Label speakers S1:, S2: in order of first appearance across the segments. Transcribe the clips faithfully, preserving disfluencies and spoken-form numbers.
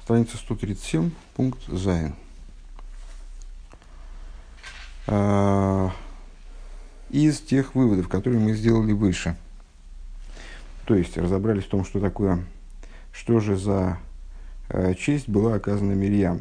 S1: Страница сто тридцать семь, пункт Зайн. Из тех выводов, которые мы сделали выше, то есть разобрались в том, что такое, что же за честь была оказана Мирьям.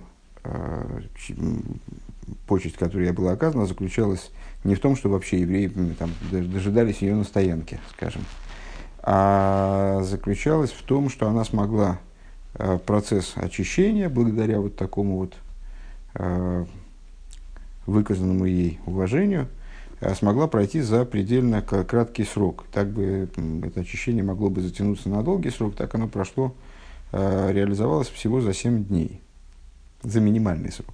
S1: Почесть, которая была оказана, заключалась не в том, что вообще евреи там, дожидались ее на стоянке, скажем, а заключалась в том, что она смогла процесс очищения, благодаря вот такому вот э, выказанному ей уважению, смогла пройти за предельно краткий срок. Так бы это очищение могло бы затянуться на долгий срок, так оно прошло, э, реализовалось всего за семь дней, за минимальный срок.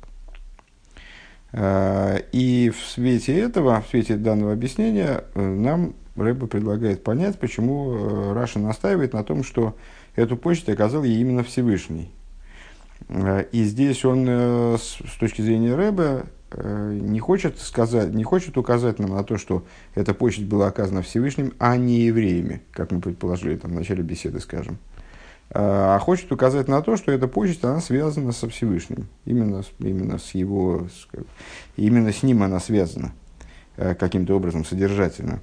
S1: Э, и в свете этого, в свете данного объяснения, нам Рэбе предлагает понять, почему Раши настаивает на том, что эту почесть оказал ей именно Всевышний. И здесь он, с точки зрения Рэбе, не хочет сказать, не хочет указать нам на то, что эта почесть была оказана Всевышним, а не евреями, как мы предположили там, в начале беседы, скажем. А хочет указать на то, что эта почесть, она связана со Всевышним. Именно, именно, с его, именно с ним она связана каким-то образом, содержательно.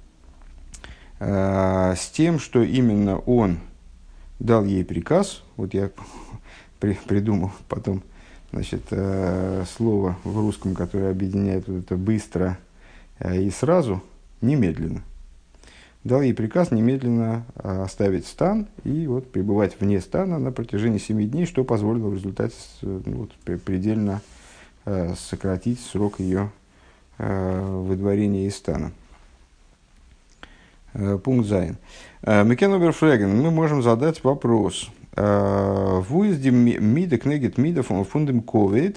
S1: С тем, что именно он дал ей приказ, вот я при, придумал потом, значит, э, слово в русском, которое объединяет вот это быстро э, и сразу, немедленно. Дал ей приказ немедленно э, оставить стан и вот пребывать вне стана на протяжении семи дней, что позволило в результате э, вот, предельно э, сократить срок ее э, выдворения из стана. Пункт Зайн. Мекенобер Фреген, мы можем задать вопрос. Вуизди мида кнегет мида фундем ковид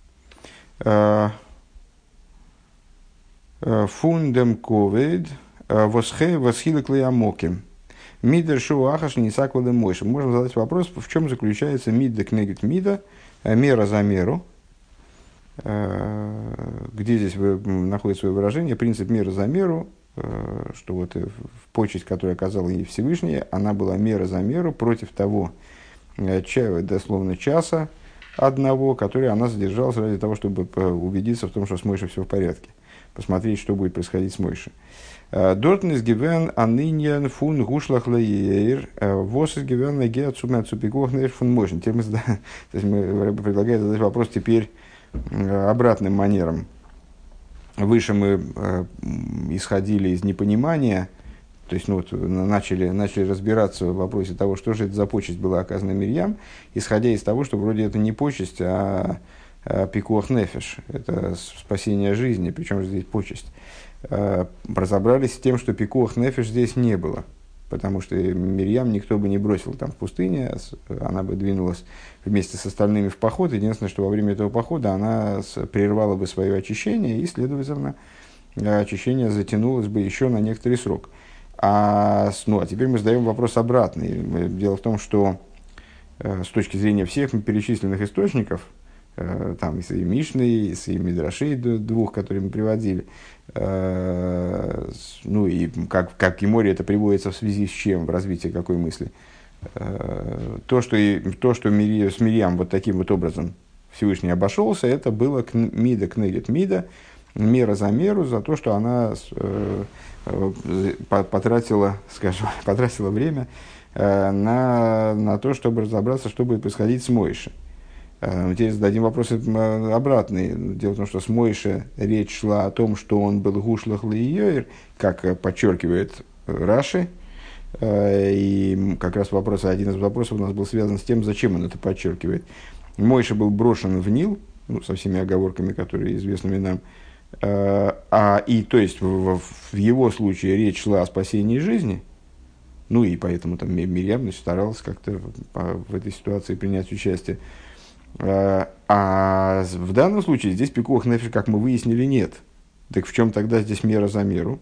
S1: фундем ковид восхилы клеямоки мидер шоу ахаш не сакладем мойши. Можем задать вопрос, в чем заключается мида кнегет мида, мера за меру. Где здесь находится свое выражение? Принцип меры за меру. Что вот почесть, которую оказал ей Всевышний, она была мера за меру против того, дословно часа одного, который она задержалась ради того, чтобы убедиться в том, что с Мойшей все в порядке, посмотреть, что будет происходить с Мойшей. Дортнес гивен аниньян фун гушлах лаейр восс гивен лагеа цумя цупикох нейр фун Мойшен. То есть мы предлагаем задать вопрос теперь обратным манером. Выше мы э, исходили из непонимания, то есть ну, вот, начали, начали разбираться в вопросе того, что же это за почесть была оказана Мирьям, исходя из того, что вроде это не почесть, а, а пикуах нефеш, это спасение жизни, причем здесь почесть. Э, разобрались с тем, что пикуах нефеш здесь не было, потому что Мирьям никто бы не бросил там в пустыне, она бы двинулась вместе с остальными в поход. Единственное, что во время этого похода она прервала бы свое очищение, и, следовательно, очищение затянулось бы еще на некоторый срок. А, ну, а теперь мы задаем вопрос обратный. Дело в том, что с точки зрения всех перечисленных источников, там и Мишны, и Мидрашей двух, которые мы приводили, ну и как, как и море это приводится в связи с чем, в развитии какой мысли, то, что, и, то, что Мири, с Мирьям вот таким вот образом Всевышний обошелся, это было к, мида кнегет мида, мера за меру, за то, что она э, э, потратила, скажем, потратила время э, на, на то, чтобы разобраться, что будет происходить с Мойшей. Э, теперь зададим вопросы обратные. Дело в том, что с Мойшей речь шла о том, что он был гушлах лейойр, как подчеркивает Раши. И как раз вопрос, один из вопросов у нас был связан с тем, зачем он это подчеркивает. Мойша был брошен в Нил, ну, со всеми оговорками, которые известны нам. А, и то есть в, в его случае речь шла о спасении жизни. Ну и поэтому там Мирьям старалась как-то в этой ситуации принять участие. А в данном случае здесь пикуах нефеш, как мы выяснили, нет. Так в чем тогда здесь мера за меру?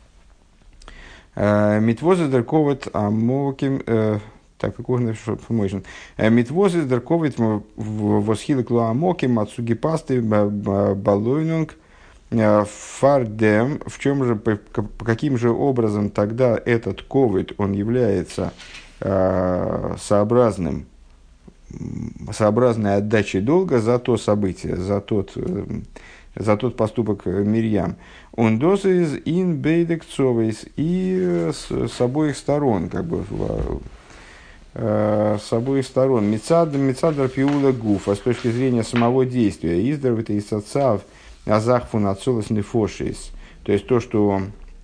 S1: Митвозы дерковит амоким, так пикуах нефеш формейшн. Митвозы дерковит восхилы клуа амоким отсуги пасты балойнунг фардем. В чем же, по каким же образом тогда этот ковид он является сообразным сообразной отдачей долга за то событие, за тот, э, за тот поступок Мирьям. Он досыз ин бейдек цовейс, и с, с обоих сторон, как бы, э, с обоих сторон. Мецадр пиула гуфа, с точки зрения самого действия. Издрав это из отцав азахфу нацолос нефошис. То есть то, что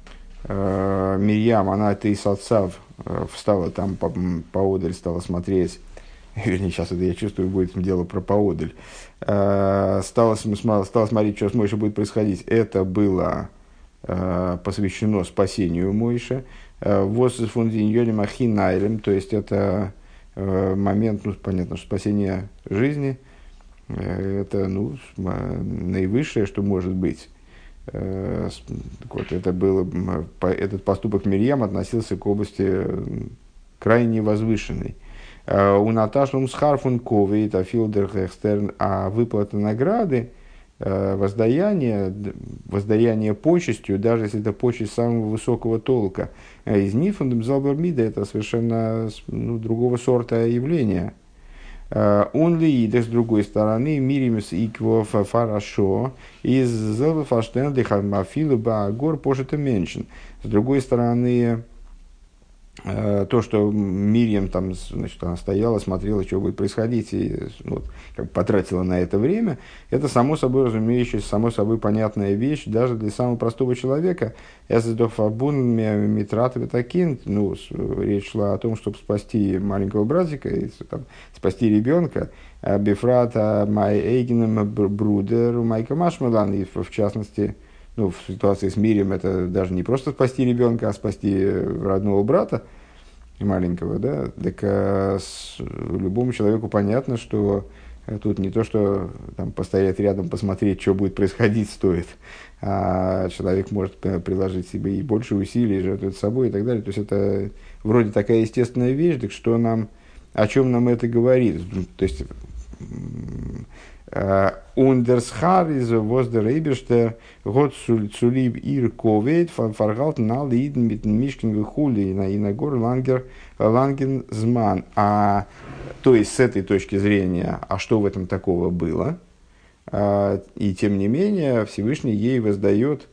S1: э, Мирьям, она это из отцав э, встала там по, поодаль, стала смотреть. Вернее, сейчас это я чувствую, будет дело про поодаль. Э, стала, стала смотреть, что с Мойшей будет происходить. Это было э, посвящено спасению Мойши. Воз из фундиньолем ахинайлем, то есть это э, момент, ну, понятно, что спасение жизни, э, это, ну, наивысшее, что может быть. Э, вот, это было, по, этот поступок Мирьям относился к области крайне возвышенной. У Наташи Умсхарфун Ковейт, Афилдерхекстерн, а выплата награды, воздаяние, воздаяние почестью, даже если это почесть самого высокого толка, из Нифундам Залбермида это совершенно, ну, другого сорта явления. Он ли, с другой стороны, Миримис Иквов Фарашо из Зелфаштендихамафилу Баагор Пошета Меншин. С другой стороны, то, что Мирьям там, значит, она стояла, смотрела, что будет происходить, и вот, как бы потратила на это время, это само собой разумеющаяся, само собой понятная вещь даже для самого простого человека. Эсдофабун Митратове Такин, ну, речь шла о том, чтобы спасти маленького братика, там, спасти ребенка, Бефрата Май Эйгеном Брудер Майка Машмелан, и в частности, ну, в ситуации с Мирьям это даже не просто спасти ребенка, а спасти родного брата маленького, да, так а, с, любому человеку понятно, что тут не то, что там, постоять рядом, посмотреть, что будет происходить, стоит, а человек может приложить себе и больше усилий, жертвовать собой и так далее. То есть это вроде такая естественная вещь, так что нам, о чем нам это говорит? То есть Ундерсхар из Воздерейберштер год цулиб ир ковейт фаргалт на лиден mit мишкин хули на инагор лангер ланген зман. А то есть с этой точки зрения, а что в этом такого было? А, и тем не менее Всевышний ей воздает,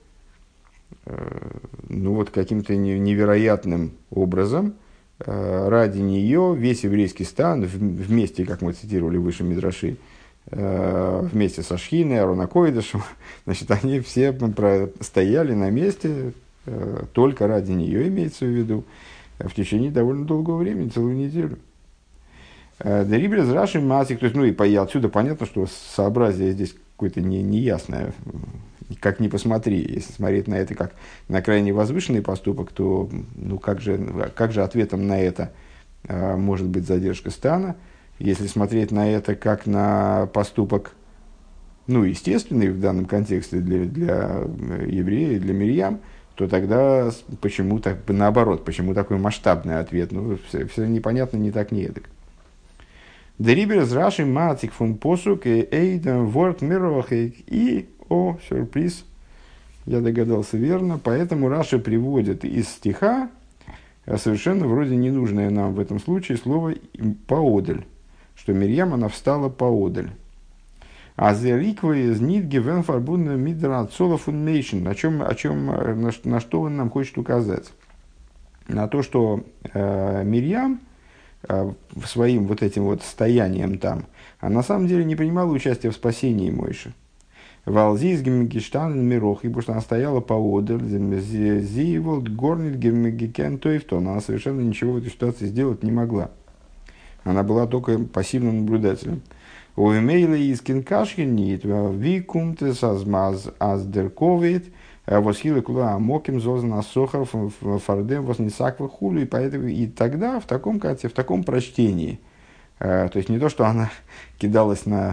S1: ну вот каким-то невероятным образом, ради нее весь еврейский стан вместе, как мы цитировали выше Мидраши, вместе со Шхиной, Арона Койдышем, значит, они все стояли на месте только ради нее, имеется в виду, в течение довольно долгого времени, целую неделю. Дерибрез Раши Масик, то есть, ну и, и отсюда понятно, что сообразие здесь какое-то не, неясное, как ни посмотри. Если смотреть на это как на крайне возвышенный поступок, то ну, как, же, как же ответом на это э, может быть задержка стана? Если смотреть на это как на поступок, ну, естественный в данном контексте для, для еврея, для Мирьям, то тогда почему так, наоборот, почему такой масштабный ответ? Ну, все, все непонятно, не так, не эдак. Дерибер из Раши Мацик фон Посук и Эйден Ворд Мировахейк. И, о, сюрприз, я догадался верно, поэтому Раши приводит из стиха совершенно вроде ненужное нам в этом случае слово «поодаль», что Мирьям, она встала поодаль. А за риквы из нитги вен фарбунна мидра отцола фунмейшн. О чем, о чем, на, на что он нам хочет указать? На то, что э, Мирьям э, своим вот этим вот стоянием там, а на самом деле не принимала участия в спасении Мойши. Валзис гемгиштан мирох, потому что она стояла поодаль, зиевол горнит гемгикен тойфтон, она совершенно ничего в этой ситуации сделать не могла. Она была только пассивным наблюдателем. У имейла из кинкашкин нит викумте сазмаз аздерковит восхилы куда амоким зозан асохар фардем вознесаква хули, и поэтому и тогда в таком в таком прочтении, то есть не то, что она кидалась на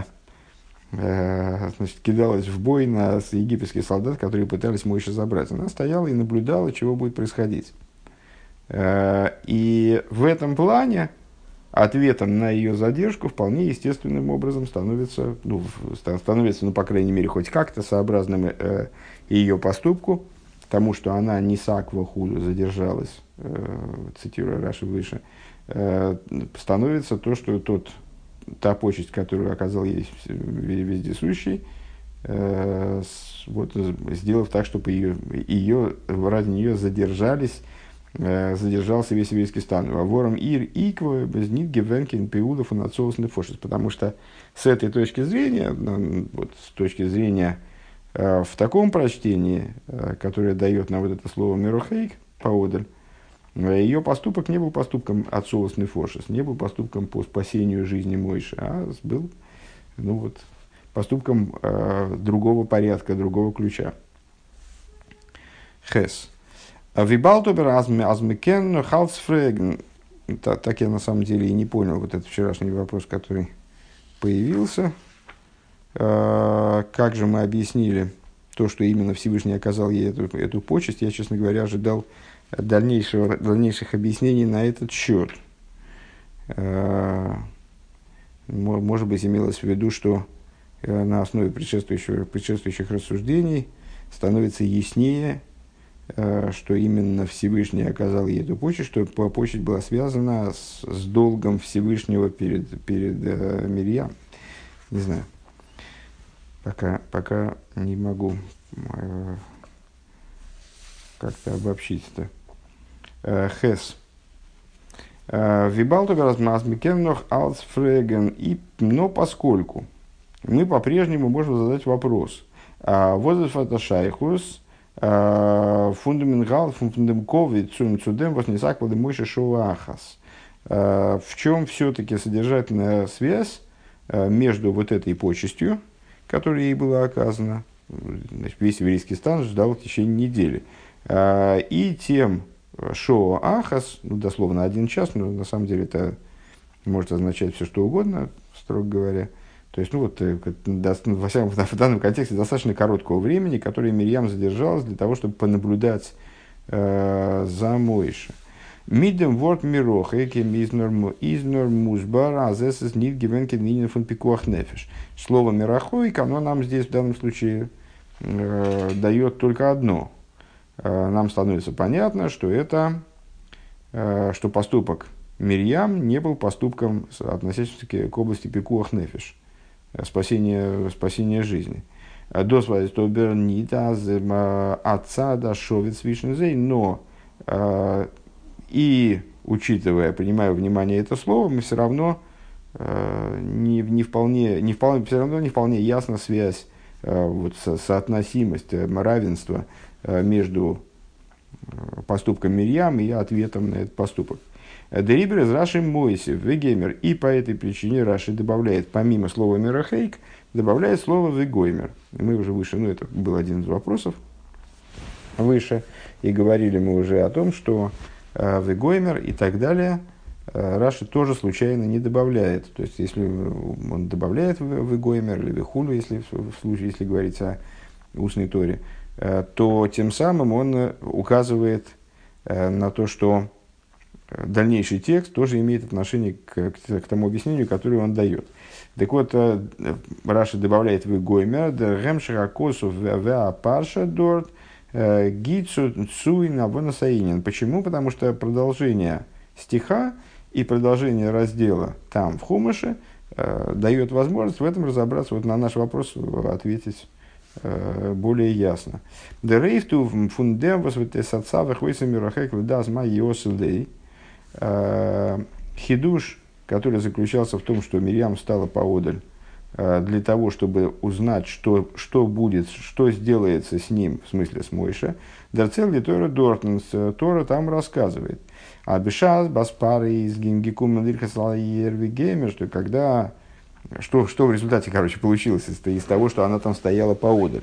S1: значит, кидалась в бой на египетских солдат, которые пытались Мойше забрать, она стояла и наблюдала, чего будет происходить. И в этом плане ответом на ее задержку вполне естественным образом становится, ну, становится, ну, по крайней мере, хоть как-то сообразным э, ее поступку, тому, что она не саква худу задержалась, э, цитируя Раши выше, э, становится то, что тот та почесть, которую оказал ей вездесущий, э, вот, сделав так, чтобы ее, ее, ради нее задержались, э, задержался весь еврейский стан. Вором ир икво без нит гевенкин пиулов и нацолосный фошес. Потому что с этой точки зрения, вот, с точки зрения э, в таком прочтении, э, которое дает нам вот это слово мирохейк поодаль, ее поступок не был поступком отцовостный фошес, не был поступком по спасению жизни Мойши, а был, ну вот, поступком э, другого порядка, другого ключа. Хес. Вибалтобер азмекен халцфреген. Так я на самом деле и не понял вот этот вчерашний вопрос, который появился. Э, как же мы объяснили то, что именно Всевышний оказал ей эту, эту почесть? Я, честно говоря, ожидал дальнейшего, дальнейших объяснений на этот счет. Э, может быть, имелось в виду, что на основе предшествующих, предшествующих рассуждений становится яснее, что именно Всевышний оказал ей эту почесть, что почесть была связана с, с долгом Всевышнего перед, перед э, Мирьям. Не знаю. Пока, пока не могу э, как-то обобщить это. Э, Хес. Вибалтовер азмикеннох алсфреген. И, но поскольку мы по-прежнему можем задать вопрос. Возефаташайхус фундаментал фундамковый цум цудем вознесаквады мойши шоуахас. В чем все-таки содержательная связь между вот этой почестью, которая ей была оказана, значит, весь еврейский стан ждал в течение недели, и тем шоуахас, ну, дословно один час, но на самом деле это может означать все что угодно, строго говоря. То есть, ну вот, во всяком, в данном контексте достаточно короткого времени, которое Мирьям задержалась для того, чтобы понаблюдать э, за Мойше. Мидем ворд мирох, эким изнор музбар, азэсэс нит гивенкен нинен фон пикуах нефиш. Слово мирохойк, оно нам здесь в данном случае э, дает только одно. Э, нам становится понятно, что это, э, что поступок Мирьям не был поступком, относящимся к области пикуах нефиш. Спасение, спасение жизни. Досвайс тобер нита отца дашовец вишнезей, но э, и учитывая, принимая внимание это слово, мы все равно э, не, не вполне, не вполне, все равно не вполне ясна связь, э, вот, со, соотносимость, э, равенство э, между поступком Мирьям и ответом на этот поступок. Дерибер из Раши Мойсев, Вегеймер. И по этой причине Раши добавляет, помимо слова Мирохейк, добавляет слово Вегоймер. Мы уже выше, ну это был один из вопросов выше, и говорили мы уже о том, что э, Вегоймер и так далее э, Раши тоже случайно не добавляет. То есть, если он добавляет Вегоймер или Вехулу, если в случае, если говорить о устной Торе, э, то тем самым он указывает э, на то, что дальнейший текст тоже имеет отношение к, к, к тому объяснению, которое он дает. Так вот, Раши добавляет в Гоймер, «Ремшера косу веа парша дорт гицу цуй навонасаинин». Почему? Потому что продолжение стиха и продолжение раздела там, в Хумаше, дает возможность в этом разобраться, вот на наш вопрос ответить более ясно. «Дерейфту фундем возвитесаца вехвейсами рахек вдазма йосилдей». Хидуш, который заключался в том, что Мирьям стала поодаль для того, чтобы узнать, что, что будет, что сделается с ним, в смысле с Мойше. Дерцел ли Тора Дортнс, Тора там рассказывает. А Бешас, Баспары из Гимгикум Лирхасалаерви Геймер, что когда, что, что в результате, короче, получилось из, из того, что она там стояла поодаль.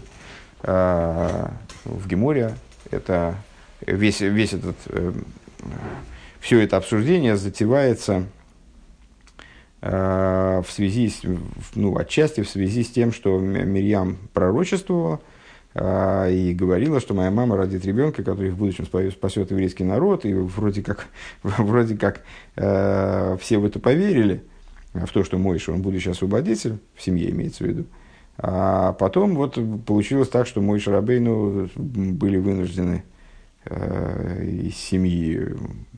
S1: В Геморе это весь, весь этот... Все это обсуждение затевается э, в связи с, ну, отчасти в связи с тем, что Мирьям пророчествовала э, и говорила, что моя мама родит ребенка, который в будущем спасет еврейский народ, и вроде как, вроде как э, все в это поверили, в то, что Мойша, он будущий освободитель, в семье имеется в виду. А потом вот получилось так, что Мойша Рабейну были вынуждены из семьи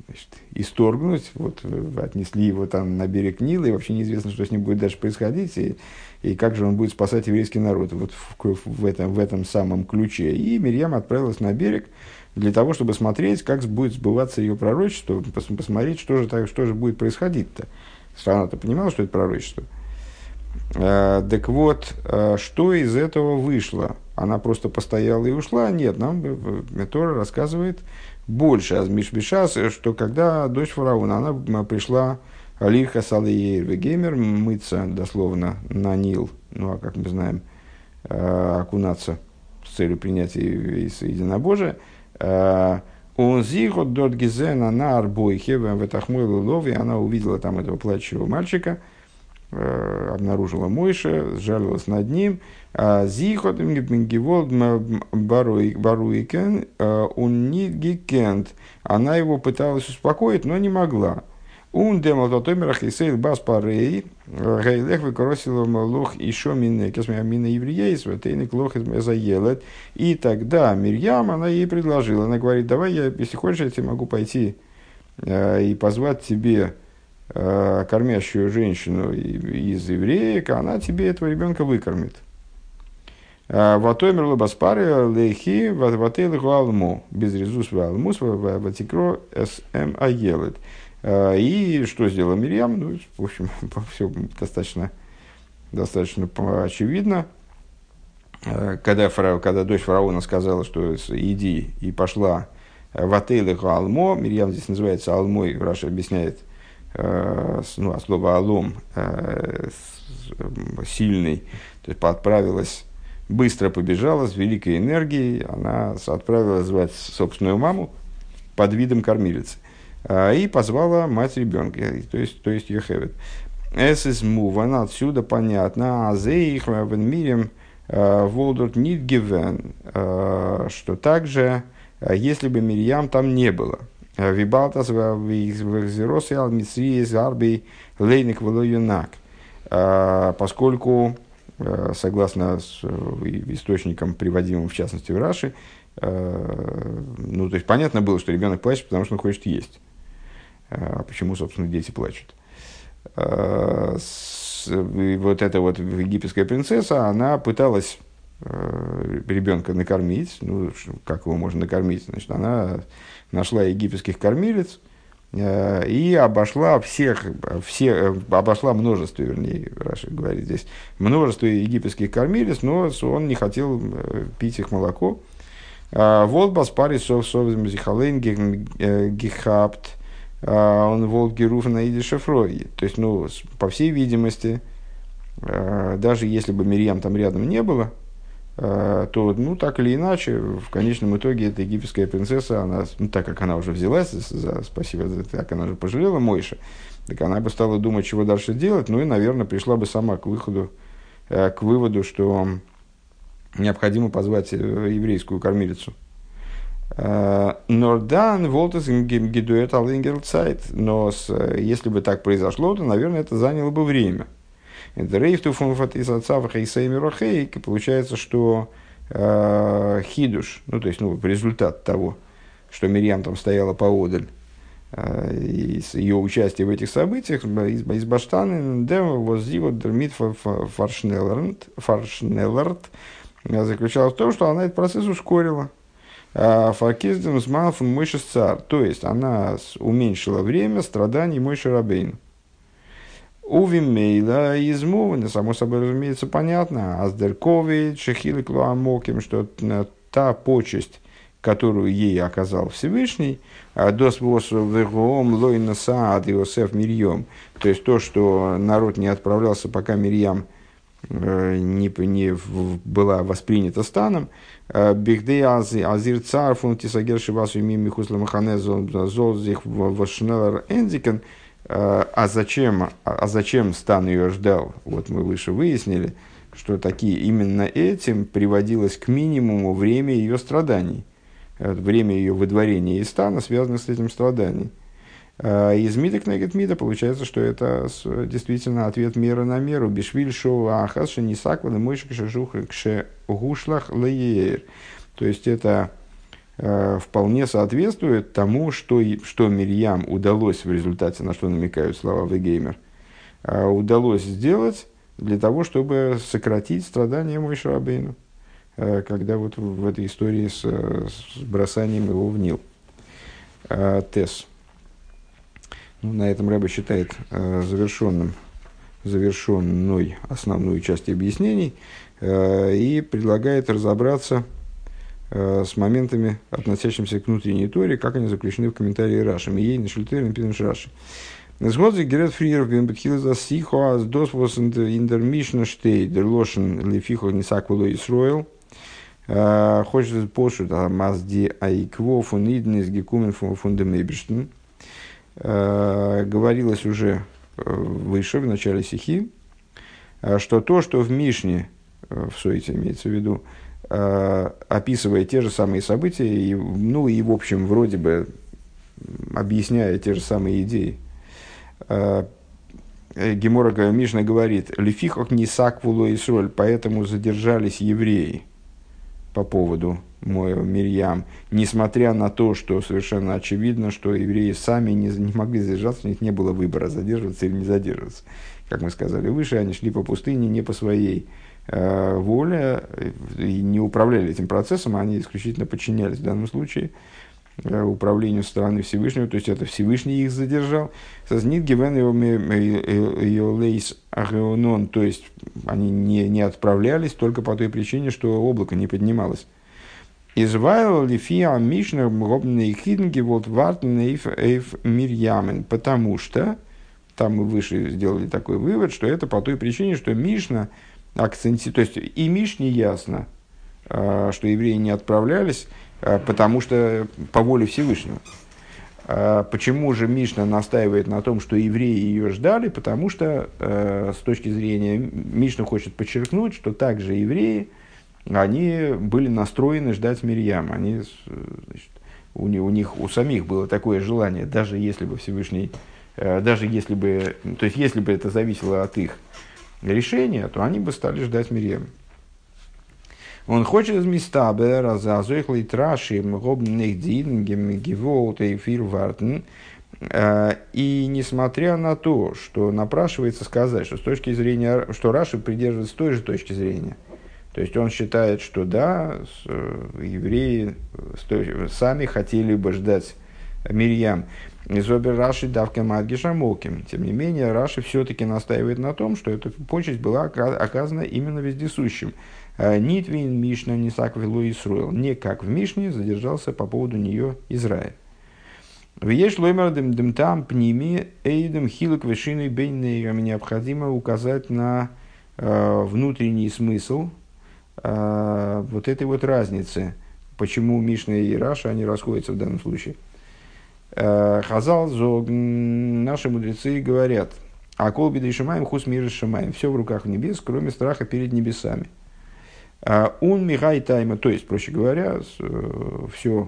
S1: значит, исторгнуть, вот, отнесли его там на берег Нила, и вообще неизвестно, что с ним будет дальше происходить, и, и как же он будет спасать еврейский народ вот в, в, этом, в этом самом ключе. И Мирьям отправилась на берег для того, чтобы смотреть, как будет сбываться ее пророчество, посмотреть, что же, так, что же будет происходить-то. Она-то понимала, что это пророчество. Э, так вот, э, что из этого вышло? Она просто постояла и ушла? Нет, нам Тора рассказывает больше. А Мишбишас, что когда дочь фараона, она пришла Алиха Салиер Вегемер, мыться дословно на Нил, ну а как мы знаем, э, окунаться с целью принятия единобожия. Он зихот дот гизена на арбойхе в этахмой лулове, она увидела там этого плачущего мальчика, э, обнаружила Мойше, сжалилась над ним. Зихот гиволд баруикен он не гикент, она его пыталась успокоить, но не могла. Он демал тотомерах и сейл бас парей, гейлех выкросил лох еще мине кесмиамина евреей, святейник лох заелет. И тогда Мирьям, она ей предложила, она говорит, давай я, если хочешь, я тебе могу пойти э, и позвать тебе э, кормящую женщину из евреек, она тебе этого ребенка выкормит. Ватомер лобаспаре лехи ватейлиху алму, без резус алмус ватикро см аелет. И что сделала Мирьям? Ну, в общем, все достаточно, достаточно очевидно. Когда, фара, когда дочь фараона сказала, что иди и пошла в отель Алмо, Мирьям здесь называется Алмой, Раша объясняет, ну, от слова Алом, сильный, то есть отправилась, быстро побежала с великой энергией, она отправилась звать собственную маму под видом кормилицы. И позвала мать ребенка, то есть, то есть Йохевед. Эсэс мув, она отсюда понятно, а зейх в мирем волдорт нит гивен, что также, если бы Мирьям там не было, вибалтас вихзерос и алмитсри из арбей лейник волоюнак, поскольку, согласно источникам, приводимым в частности в Раши, ну, то есть понятно было, что ребенок плачет, потому что он хочет есть. А почему, собственно, дети плачут? А, с, вот эта вот египетская принцесса, она пыталась э, ребенка накормить. Ну, как его можно накормить? Значит, она нашла египетских кормилец э, и обошла всех, все, обошла множество, вернее, Раша говорит здесь, множество египетских кормилец, но он не хотел э, пить их молоко. Вот баспари сов совзем зихалейн гихапт, он волк геруф на идишефрой. То есть, ну, по всей видимости, даже если бы Мирьям там рядом не было, то, ну, так или иначе, в конечном итоге эта египетская принцесса, она, ну, так как она уже взялась, за, спасибо, за, так она же пожалела Мойше, так она бы стала думать, чего дальше делать, ну и, наверное, пришла бы сама к выходу, к выводу, что необходимо позвать еврейскую кормилицу. Нордан волтес гидуэт алингерцайт. Но если бы так произошло, то, наверное, это заняло бы время. Это рейфту фунфат из отцаваха и сеймирохейк. Получается, что э, хидуш, ну, то есть, ну, результат того, что Мирьям там стояла поодаль, э, из ее участия в этих событиях, из, из Баштаны, дем воздивот дермит фаршнеллерт, заключалась в том, что она этот процесс ускорила. Фаркиздем с малфом Мойши цар, то есть она уменьшила время страданий Мойши Рабейну. Увимейла измована, само собой разумеется, понятно, аздеркови шехилы клуамоким, что та почесть, которую ей оказал Всевышний, дос восвегом лойна саад Иосиф Мирьем, то есть то, что народ не отправлялся, пока Мирьям не, не была воспринята станом. Бигдей азир цар фунтисагер шивасу мими хусла махане золзих вашнелер эндикен. А зачем, а зачем стан ее ждал? Вот мы выше выяснили, что такие, именно этим приводилось к минимуму время ее страданий. Время ее выдворения из стана связано с этим страданием. Из мида к негет мида получается, что это действительно ответ мера на меру. Бишвиль шоу ахас шенисакваны мойшик шежух кше гушлах леер. То есть это э, вполне соответствует тому, что, что Мирьям удалось в результате, на что намекают слова Вегеймер, э, удалось сделать для того, чтобы сократить страдания Моше Рабейну, э, когда вот в, в этой истории с, с бросанием его в Нил. Э, Тес. Ну, на этом Рэбе считает э, завершенным, завершенной основную часть объяснений э, и предлагает разобраться э, с моментами, относящимися к внутренней Торе, как они заключены в комментарии Раши. Ей на Шильтере написано Раши. Сгодзи Герет Фриер бембетхил за сихо аз дос вос интермишна штей дер лошен лефихо нисаквуло Исроэл. Хочет пошут а мазди айкво фун иднес гекумен фун демейбештен. Говорилось уже выше, в начале сихи, что то, что в Мишне, в Сойте имеется в виду, описывая те же самые события, и, ну и в общем, вроде бы объясняя те же самые идеи, Гемора Мишна говорит: «Лефихок не саквуло Исроль», поэтому задержались евреи по поводу Мирьям, несмотря на то, что совершенно очевидно, что евреи сами не, не могли задержаться, у них не было выбора, задерживаться или не задерживаться. Как мы сказали выше, они шли по пустыне не по своей э, воле и не управляли этим процессом, они исключительно подчинялись в данном случае э, управлению со стороны Всевышнего, то есть это Всевышний их задержал. То есть они не, не отправлялись только по той причине, что облако не поднималось. Извайл лифиа мишна гобные хиднги вот вартен эйф эйф Мирьямен, потому что там мы выше сделали такой вывод, что это по той причине, что Мишна акцентирует, то есть и Мишне ясно, что евреи не отправлялись, потому что по воле Всевышнего. Почему же Мишна настаивает на том, что евреи ее ждали? Потому что с точки зрения Мишна хочет подчеркнуть, что также евреи, они были настроены ждать Мирьям. Они, значит, у, них, у них у самих было такое желание, даже если бы Всевышний, даже если бы, то есть если бы это зависело от их решения, то они бы стали ждать Мирьям. Он хочет из места разазойхлый трашим гобных дидингем гивоут и фирвартен. И несмотря на то, что напрашивается сказать, что с точки зрения, что Раши придерживается той же точки зрения, то есть он считает, что да, евреи сами хотели бы ждать Мирьям. Изобер Раши давка мадгиша моким. Тем не менее, Раши все-таки настаивает на том, что эта почесть была оказана именно вездесущим. Нитвин Мишна не саквило Исруэл. Не как в Мишне задержался по поводу нее Израиль. Веш лоймер дем дем там пними эйдем хилок вешиной бейнейрам. Необходимо указать на э, внутренний смысл э, вот этой вот разницы. Почему Мишна и Раша они расходятся в данном случае. Хазал зог, наши мудрецы говорят: а кол беды шамаем хус мира шамаем. Все в руках небес, кроме страха перед небесами. Он мигай тайма, то есть, проще говоря, все,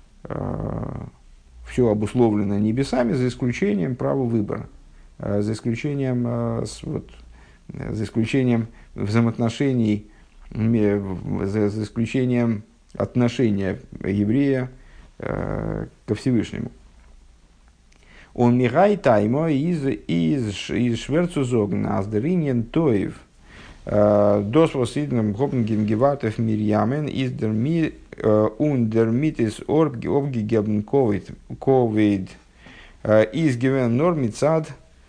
S1: все обусловлено небесами, за исключением права выбора, за исключением, вот, за исключением взаимоотношений, за, за исключением отношения еврея ко Всевышнему. Он мигай тайма из из из шверцу зогна аздеринен тоев. Дос восидным гопнген геватов Мирьямен из дер ми ундер митис орб обгегебн ковид ковид из гевен нор мицад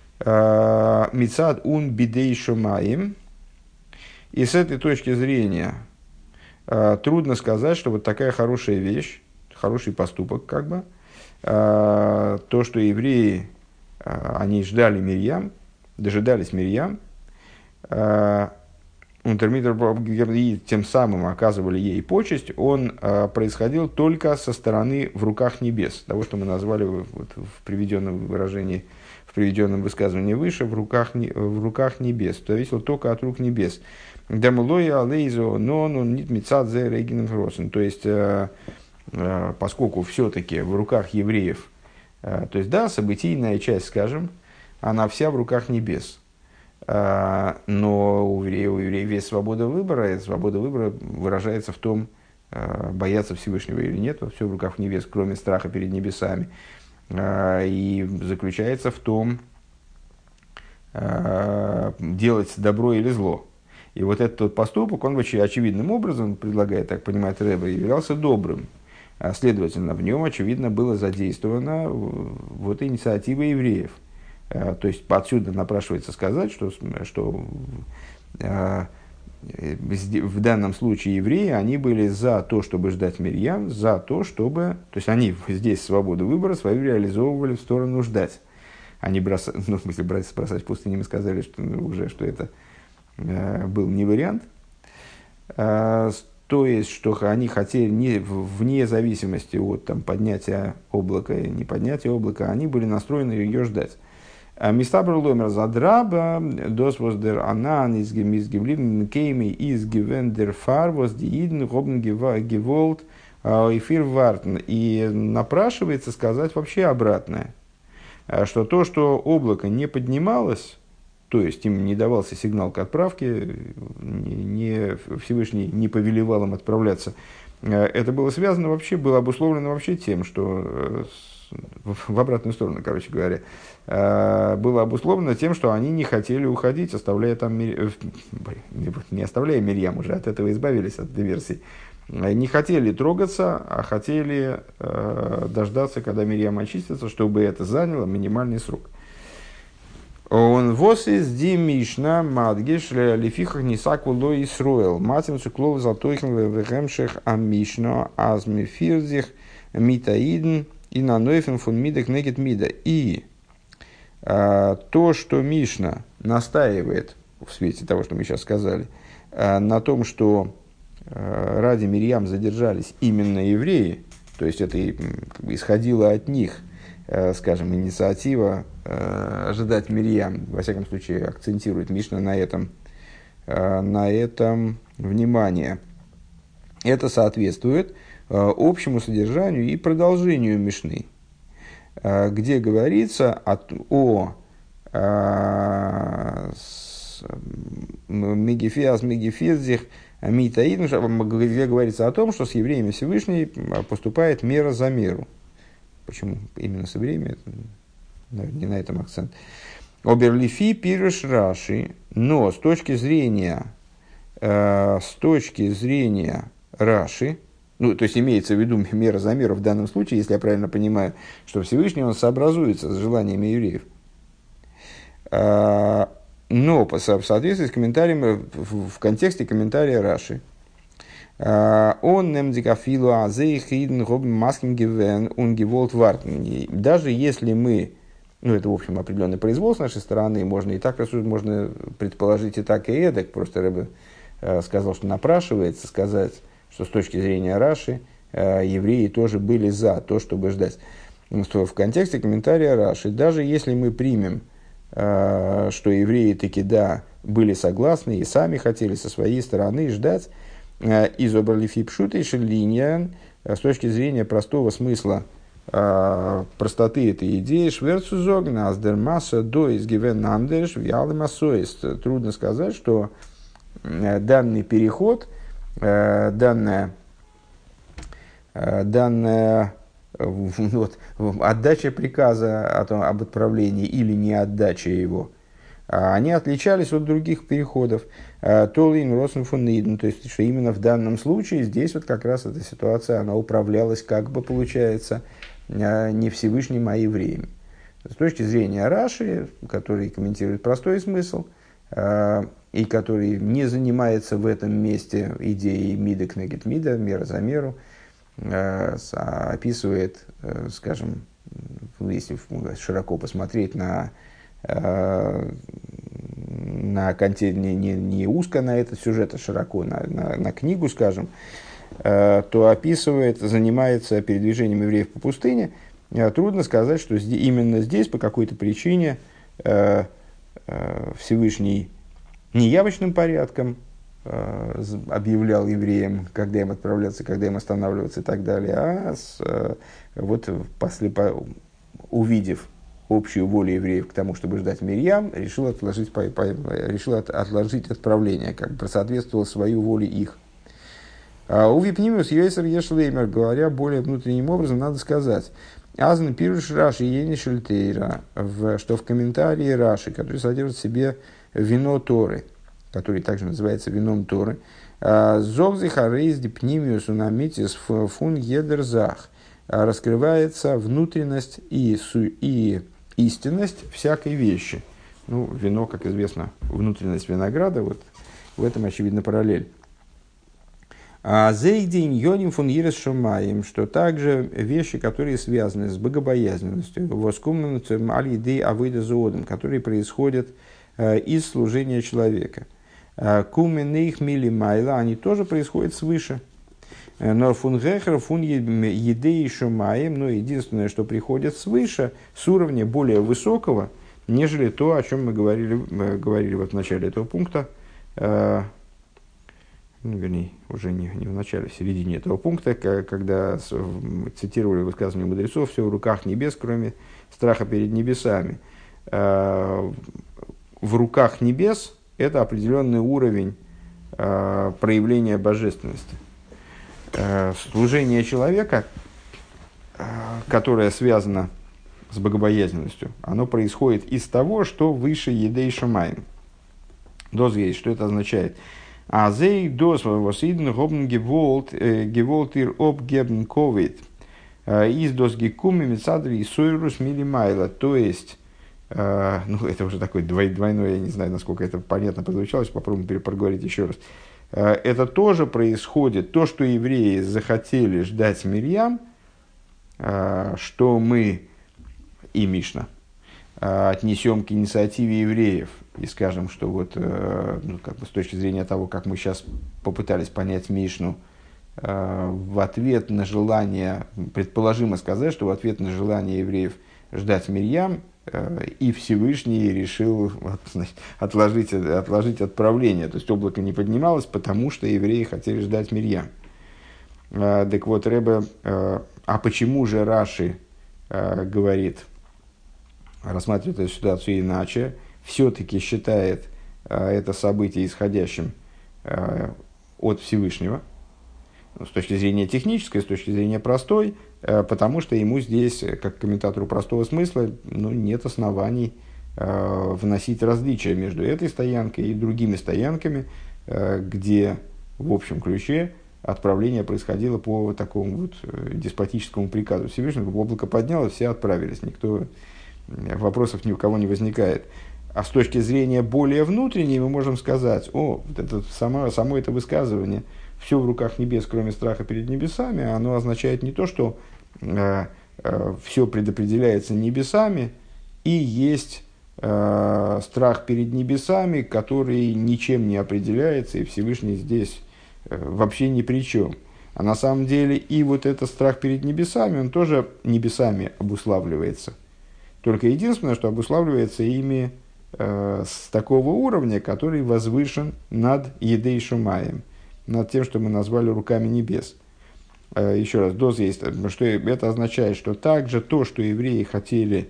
S1: мицад ун бидей шумаим. И с этой точки зрения трудно сказать, что вот такая хорошая вещь, хороший поступок, как бы, то, что евреи, они ждали Мирьям, дожидались Мирьям, и тем самым оказывали ей почесть, он происходил только со стороны в руках небес, того, что мы назвали вот в приведенном выражении, в приведенном высказывании выше, в руках, в руках небес, то зависело только от рук небес. То есть, поскольку все-таки в руках евреев, то есть, да, событийная часть, скажем, она вся в руках небес. Но у евреев, у евреев есть свобода выбора, и свобода выбора выражается в том, бояться Всевышнего или нет, все в руках невест, кроме страха перед небесами. И заключается в том, делать добро или зло. И вот этот поступок, он очевидным образом, предлагает, так понимает Ребе, являлся добрым. Следовательно, в нем, очевидно, было задействована вот инициатива евреев. То есть, отсюда напрашивается сказать, что, что в данном случае евреи, они были за то, чтобы ждать Мирьям, за то, чтобы... То есть, они здесь свободу выбора свою реализовывали в сторону ждать. Они бросали, ну, в смысле, бросать, бросать в пустыне, мы сказали, что, ну, уже, что это э, был не вариант. Э, то есть, что они хотели, не, вне зависимости от там, поднятия облака и не поднятия облака, они были настроены ее ждать. Мистабр ломер задраба, дос воздер анан из гемизгевлин кейми из гевендер фар воздиидн гобн геволт эфир вартн. И напрашивается сказать вообще обратное, что то, что облако не поднималось, то есть им не давался сигнал к отправке, не, не, Всевышний не повелевал им отправляться, это было связано вообще, было обусловлено вообще тем, что в обратную сторону, короче говоря, было обусловлено тем, что они не хотели уходить, оставляя там, не оставляя Мирьям, уже от этого избавились, от диверсий, не хотели трогаться, а хотели э, дождаться, когда Мирьям очистится, чтобы это заняло минимальный срок. Он вос из ди мишна мадгиш лефихах нисаку ло Исруэл матем цуклов затойхен вехемших а мишна азми фирзих митаидн и нанойфен фун мидек негет мида. И э, то, что Мишна настаивает, в свете того, что мы сейчас сказали, э, на том, что ради Мирьям задержались именно евреи, то есть это как бы исходило от них, скажем, инициатива ожидать Мирьям, во всяком случае, акцентирует Мишна на этом, на этом внимание. Это соответствует общему содержанию и продолжению Мишны, где говорится о, о Мегефиас Мегефизих Митаидн, где говорится о том, что с евреями Всевышний поступает мера за меру. Почему именно с евреями? Наверное, не на этом акцент. Оберлифи пирыш Раши, но с точки зрения, э, с точки зрения Раши, ну, то есть имеется в виду мера за меру в данном случае, если я правильно понимаю, что Всевышний он сообразуется с желаниями евреев. Э, Но в соответствии с комментарием, в контексте комментария Раши, он немдикафилу азейхидн гоб маскин гивен унгиволт вартн. Даже если мы, ну это в общем определенный произвол с нашей стороны, можно и так рассуждать, можно предположить и так, и эдак. Просто Ребе сказал, что напрашивается сказать, что с точки зрения Раши евреи тоже были за то, чтобы ждать. Что в контексте комментария Раши, даже если мы примем, что евреи таки да, были согласны и сами хотели со своей стороны ждать, из оберлифи пшута и шелиньян, с точки зрения простого смысла, простоты этой идеи, шверцузог наздермаса до изгивен андерш вялы массоис. Трудно сказать, что данный переход, данная, данная вот, отдача приказа о том, об отправлении или не отдача его, они отличались от других переходов. Толин Росенфуниден, то есть, что именно в данном случае здесь вот как раз эта ситуация, она управлялась, как бы получается, не Всевышним, а евреями. С точки зрения Раши, который комментирует простой смысл, и который не занимается в этом месте идеей мида кнегет мида, мера за меру, описывает, скажем, если широко посмотреть на на контекст, не, не, не узко на этот сюжет, а широко на, на, на книгу, скажем, э, то описывает, занимается передвижением евреев по пустыне. Э, трудно сказать, что здесь, именно здесь по какой-то причине э, э, Всевышний неявочным порядком э, объявлял евреям, когда им отправляться, когда им останавливаться и так далее, а с, э, вот после, по, увидев общую волю евреев к тому, чтобы ждать Мирьям, решил отложить, решил отложить отправление, как бы соответствовал свою воле их. Увипнимиус Йойсер Ешлеймер, говоря более внутренним образом, надо сказать. Азн пируш Раши Ени Шельтейра, что в комментарии Раши, который содержит в себе вино Торы, который также называется вином Торы, Зогзи Харейс Дипнимиус Унамитис Фун Едерзах, раскрывается внутренность и, су, и истинность всякой вещи. Ну, вино, как известно, внутренность винограда, вот в этом очевидно параллель. А зейдин йоним фун ирес шамаем, что также вещи, которые связаны с богобоязненностью, воскумнуцем аль-идей авойда зоодом, которые происходят э, из служения человека. Куменейх мили майла, они тоже происходят свыше. Но фун гехер фун едей шамаем, но единственное, что приходит свыше, с уровня более высокого, нежели то, о чем мы говорили, мы говорили вот в начале этого пункта. Э, ну, вернее, уже не, не в начале, в середине этого пункта, когда цитировали высказывание мудрецов, все в руках небес, кроме страха перед небесами. В руках небес это определенный уровень проявления божественности. Служение человека, которое связано с богобоязненностью, оно происходит из того, что выше едей шамаем. Доз есть, что это означает? А зей дос восиден гобн геволт геволт ир обгебн ковид из дос гекуми мецадри и сойрус милимайла. То есть, ну это уже такой двойной, я не знаю, насколько это понятно прозвучало, попробуем проговорить еще раз. Это тоже происходит, то, что евреи захотели ждать Мирьям, что мы и Мишна отнесем к инициативе евреев и скажем, что вот, ну, как бы с точки зрения того, как мы сейчас попытались понять Мишну, в ответ на желание, предположимо сказать, что в ответ на желание евреев ждать Мирьям, и Всевышний решил, значит, отложить, отложить отправление. То есть облако не поднималось, потому что евреи хотели ждать Мирьям. Так вот, Ребе, а почему же Раши говорит, рассматривает эту ситуацию иначе, все-таки считает это событие исходящим от Всевышнего, с точки зрения технической, с точки зрения простой, потому что ему здесь, как комментатору простого смысла, ну, нет оснований вносить различия между этой стоянкой и другими стоянками, где в общем ключе отправление происходило по такому вот деспотическому приказу Всевышнего. Облако поднялось, все отправились, никто, вопросов ни у кого не возникает. А с точки зрения более внутренней мы можем сказать, о, вот это, само, само это высказывание, все в руках небес, кроме страха перед небесами, оно означает не то, что э, э, все предопределяется небесами, и есть э, страх перед небесами, который ничем не определяется, и Всевышний здесь э, вообще ни при чем. А на самом деле и вот этот страх перед небесами, он тоже небесами обуславливается. Только единственное, что обуславливается ими э, с такого уровня, который возвышен над едей шумаем, над тем, что мы назвали руками небес. Э, еще раз, доз есть, что это означает, что также то, что евреи хотели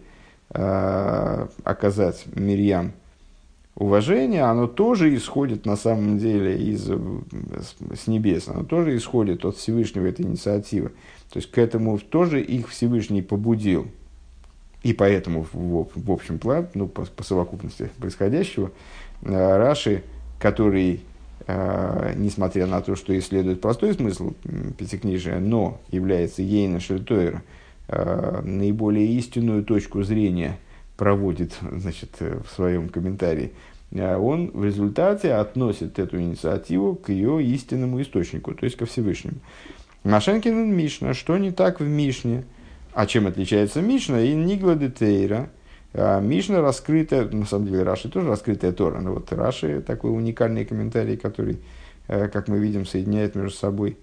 S1: э, оказать Мирьям уважение, оно тоже исходит на самом деле из, с, с небес, оно тоже исходит от Всевышнего, этой инициативы. То есть к этому тоже их Всевышний побудил. И поэтому, в, в общем плане, ну, по, по совокупности происходящего, э, Раши, который, э, несмотря на то, что исследует простой смысл пятикнижия, но является Ейна Шельтойра, э, наиболее истинную точку зрения проводит, значит, в своем комментарии, э, он в результате относит эту инициативу к ее истинному источнику, то есть ко Всевышнему. Машенкин Мишна, что не так в Мишне? А чем отличается Мишна? И Нигла де Тейра. Мишна раскрытая, на самом деле Раши тоже раскрытая Тора, но вот Раши такой уникальный комментарий, который, как мы видим, соединяет между собой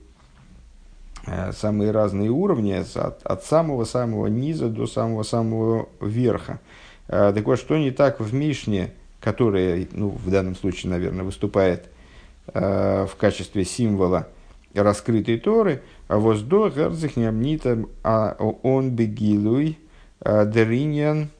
S1: самые разные уровни, от, от самого-самого низа до самого-самого верха. Так вот, что не так в Мишне, которая, ну, в данном случае, наверное, выступает в качестве символа раскрытой Торы, а воздух герцих неамнита он бегилуй дериньян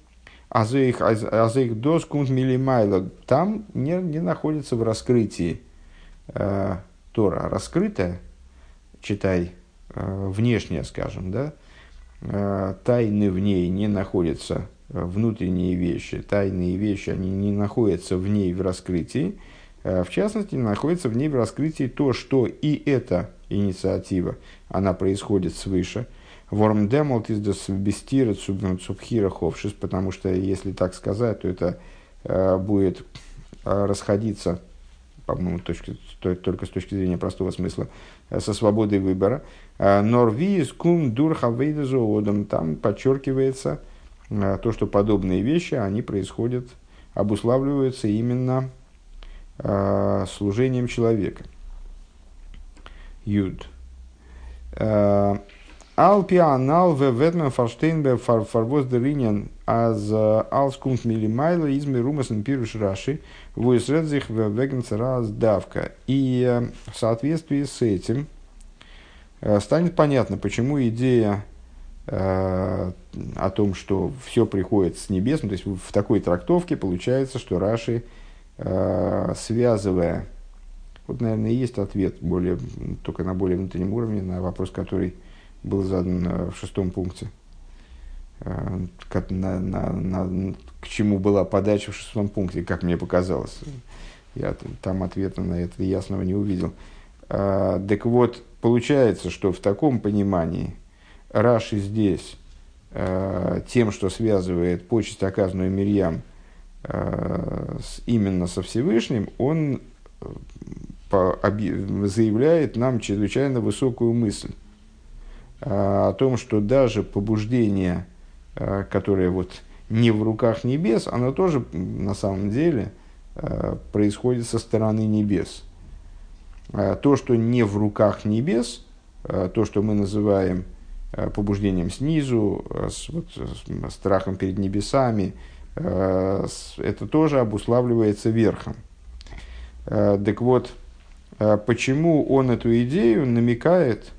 S1: азеих дос кунт милимайла. Там не, не находится в раскрытии э, Тора. Раскрытая, читай, внешняя, скажем, да, тайны в ней не находятся, внутренние вещи, тайные вещи, они не находятся в ней в раскрытии, в частности, находится в ней в раскрытии то, что и эта инициатива, она происходит свыше. Ворм демолт из досбестира цубхира ховшис, потому что, если так сказать, то это э, будет э, расходиться, по-моему, точки, то, только с точки зрения простого смысла, э, со свободой выбора. Норвиз кум дурхавейда зоодом, там подчеркивается э, то, что подобные вещи, они происходят, обуславливаются именно э, служением человека. Юд. Алпианал в ветмен фарштейнберг фарвоздеринен аз алскунт милимайла из мирумасен пируш раши войсредзих в вегенцера давка. И в соответствии с этим станет понятно, почему идея э, о том, что все приходит с небес, ну, то есть в такой трактовке получается, что Раши, э, связывая, вот, наверное, и есть ответ более, только на более внутреннем уровне на вопрос, который был задан в шестом пункте, э, как, на, на, на, к чему была подача в шестом пункте, как мне показалось. Я там ответа на это ясного не увидел. Э, так вот, получается, что в таком понимании Раши здесь э, тем, что связывает почесть, оказанную Мирьям, э, с, именно со Всевышним, он э, по, оби, заявляет нам чрезвычайно высокую мысль э, о том, что даже побуждение, э, которое вот не в руках небес, оно тоже на самом деле э, происходит со стороны небес. То, что не в руках небес, то, что мы называем побуждением снизу, с, вот, с страхом перед небесами, это тоже обуславливается верхом. Так вот, почему он эту идею намекает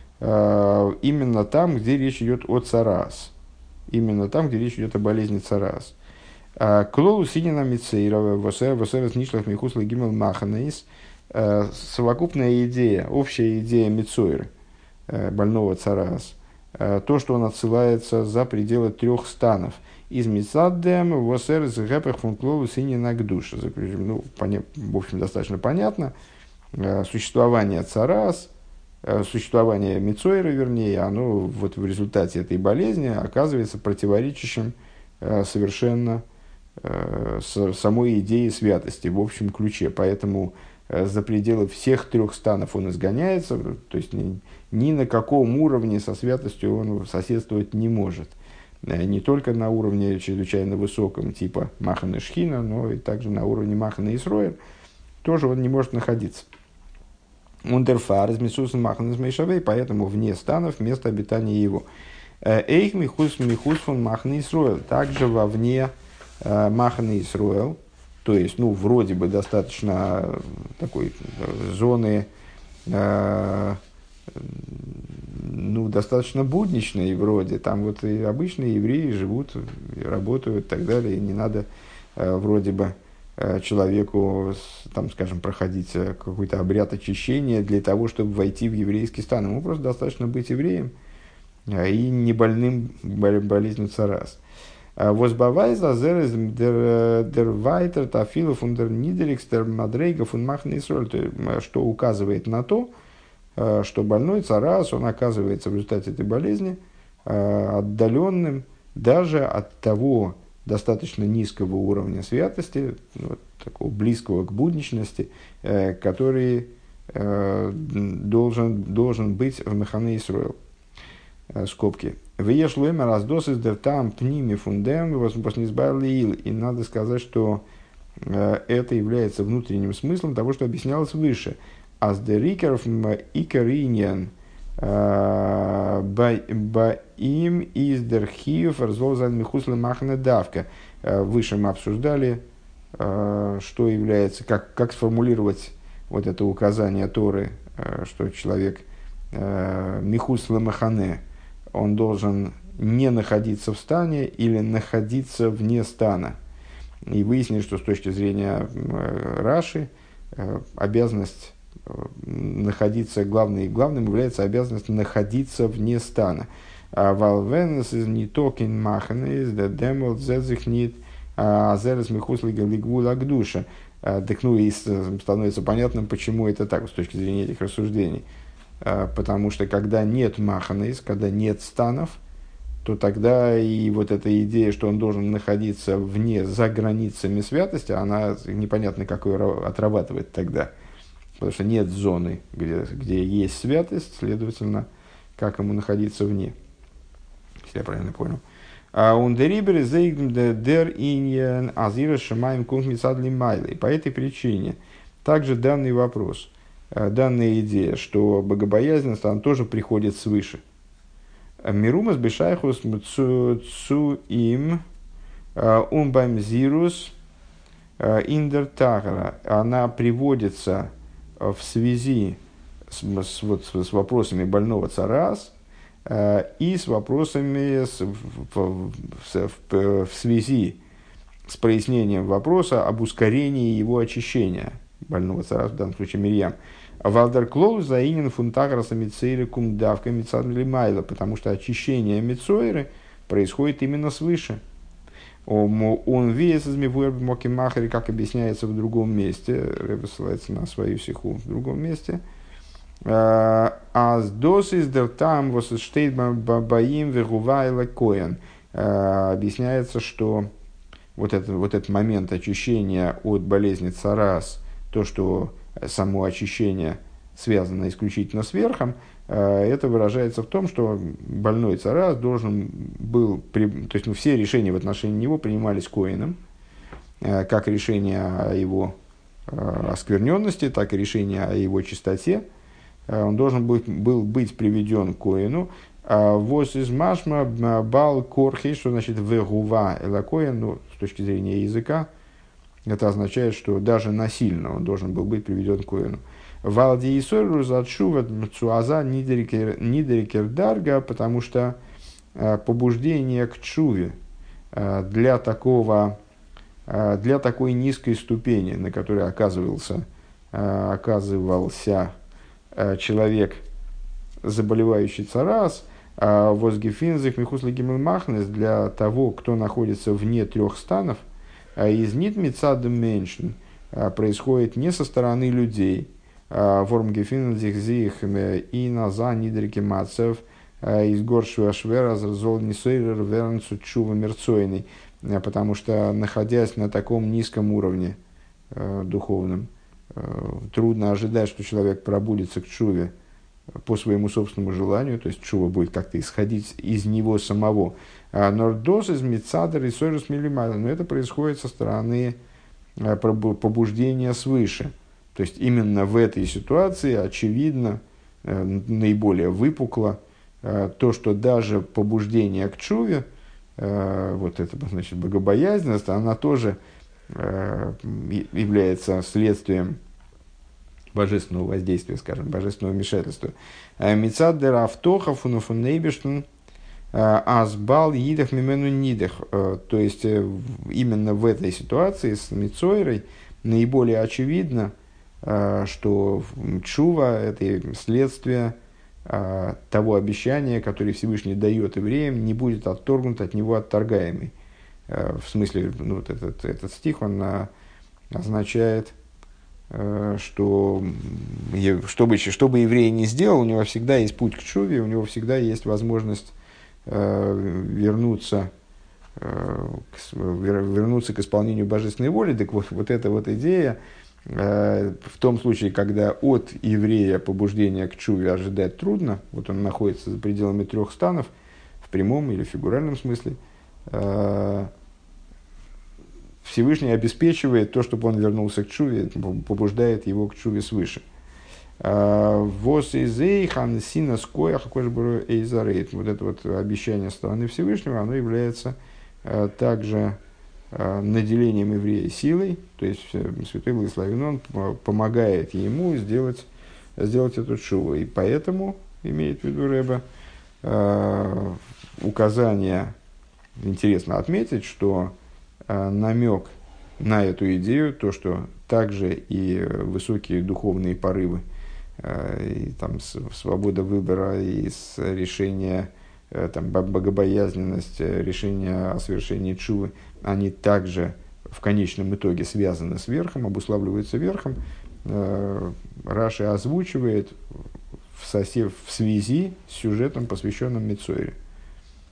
S1: именно там, где речь идет о царас, именно там, где речь идет о болезни царас. Клолу синина мицейрова, восерес нишлах михусла гимел маханейс. Совокупная идея, общая идея Мицойры, больного царас, то, что он отсылается за пределы трех станов. Из Мицаддем, Восер, Згэпэх, Функлолу, Сини Нагдуша. Ну, в общем, достаточно понятно. Существование царас, существование Мицойры, вернее, оно вот в результате этой болезни оказывается противоречащим совершенно самой идее святости в общем ключе. Поэтому за пределы всех трех станов он изгоняется, то есть ни, ни на каком уровне со святостью он соседствовать не может. Не только на уровне чрезвычайно высоком, типа Махана Шхина, но и также на уровне Махана Исроэль тоже он не может находиться. Ундерфар из Мисуса Махана Змейшавей, поэтому вне станов место обитания его. Эйх Михус Михус фон Махана Исроэль, также вовне Махана Исроэль. То есть, ну, вроде бы достаточно такой зоны, э, ну, достаточно будничной вроде. Там вот и обычные евреи живут, и работают и так далее. И не надо э, вроде бы э, человеку, там, скажем, проходить какой-то обряд очищения для того, чтобы войти в еврейский стан. Ему просто достаточно быть евреем э, и не больным болезнью царас. Возбавайза зерез дер вайтер тафилов ундер ниделикс дер мадрейгов und махн Исроль, что указывает на то, что больной царас, он оказывается в результате этой болезни отдаленным даже от того достаточно низкого уровня святости, вот, такого близкого к будничности, который должен, должен быть в Махане Исроэл. Скобки. Вееш лойма раздос из дертам пними фундем вознизбайлиил. И надо сказать, что э, это является внутренним смыслом того, что объяснялось выше. Аз дерикеров икариньян баим из дерхиев разлозан михусла махна давка. Выше мы обсуждали, э, что является, как, как сформулировать вот это указание Торы, э, что человек э, михусла махане, он должен не находиться в стане или находиться вне стана. И выяснили, что с точки зрения Раши обязанность находиться, главный, главным является обязанность находиться вне стана. Валвенес из нитокин маханес, да демол зезихнит, азерес михус лигвула гдуша. Так ну и становится понятным, почему это так, с точки зрения этих рассуждений. Потому что когда нет маханес, когда нет станов, то тогда и вот эта идея, что он должен находиться вне, за границами святости, она непонятно, как ее отрабатывать тогда. Потому что нет зоны, где, где есть святость, следовательно, как ему находиться вне. Если я правильно понял. Ундерибер дер иньян азира шамаем кунг мицадли майли. По этой причине также данный вопрос, данная идея, что богобоязненность, она тоже приходит свыше. Мирумас бешайхус цу им умбайм зирус индер тагра. Она приводится в связи с, с, вот, с вопросами больного царас и с вопросами с, в, в, в, в связи с прояснением вопроса об ускорении его очищения больного царас, в данном случае Мирьям. Валдер Клоу заинен фунтаграса мицейры кумдавка мицадли майла, потому что очищение мицойры происходит именно свыше. Он вес из махари, как объясняется в другом месте, Ребе ссылается на свою сиху в другом месте. Аз дос из дертам восштейт баим вегувайла коэн. Объясняется, что вот, это, вот этот момент очищения от болезни царас, то, что само очищение связано исключительно с верхом, это выражается в том, что больной царас должен был, то есть ну, все решения в отношении него принимались коэном, как решение о его оскверненности, так и решение о его чистоте. Он должен был, был быть приведен к коэну. Воз из машма бал корхи, что значит вегува эла коэн, ну, с точки зрения языка, это означает, что даже насильно он должен был быть приведен к коэну. Валди исор рузатшува цуаза нидерикер дарга, потому что побуждение к чуве для такого, для такой низкой ступени, на которой оказывался, оказывался человек, заболевающий царас, возгефинзих михусли гимелмахнес, для того, кто находится вне трех станов, из нитмицадом меньшин, происходит не со стороны людей, вормгефинзих зих и наза нидрики мацев, из горшего швера зол нисойрер вернцу чува мерцойный, потому что, находясь на таком низком уровне духовном, трудно ожидать, что человек пробудится к чуве по своему собственному желанию, то есть чува будет как-то исходить из него самого. Нордос из мицадер и сойрус милимайла, но это происходит со стороны побуждения свыше. То есть именно в этой ситуации очевидно, наиболее выпукло то, что даже побуждение к чуве, вот это значит богобоязненность, она тоже является следствием божественного воздействия, скажем, божественного вмешательства. Мицадер автоха фунафунейбештен азбал идах мимену нидах. То есть именно в этой ситуации с мицойрой наиболее очевидно, что чува – это следствие того обещания, которое Всевышний дает евреям, не будет отторгнут от него отторгаемый. В смысле, ну, вот этот, этот стих, он означает, что чтобы, чтобы еврей не сделал, у него всегда есть путь к чуве, у него всегда есть возможность вернуться, вернуться к исполнению божественной воли. Так вот, вот эта вот идея, в том случае, когда от еврея побуждения к чуве ожидать трудно, вот он находится за пределами трех станов, в прямом или фигуральном смысле, Всевышний обеспечивает то, чтобы он вернулся к чуве, побуждает его к чуве свыше. Вот это вот обещание стороны Всевышнего, оно является также наделением еврея силой, то есть Святой Благословен Он помогает ему сделать, сделать эту шуву. И поэтому, имеет в виду Ребе, указание, интересно отметить, что намек на эту идею, то, что также и высокие духовные порывы и там свобода выбора, и с решения, там, богобоязненность, решение о совершении тшувы, они также в конечном итоге связаны с верхом, обуславливаются верхом. Раши озвучивает в, сосе, в связи с сюжетом, посвященным Мицойре.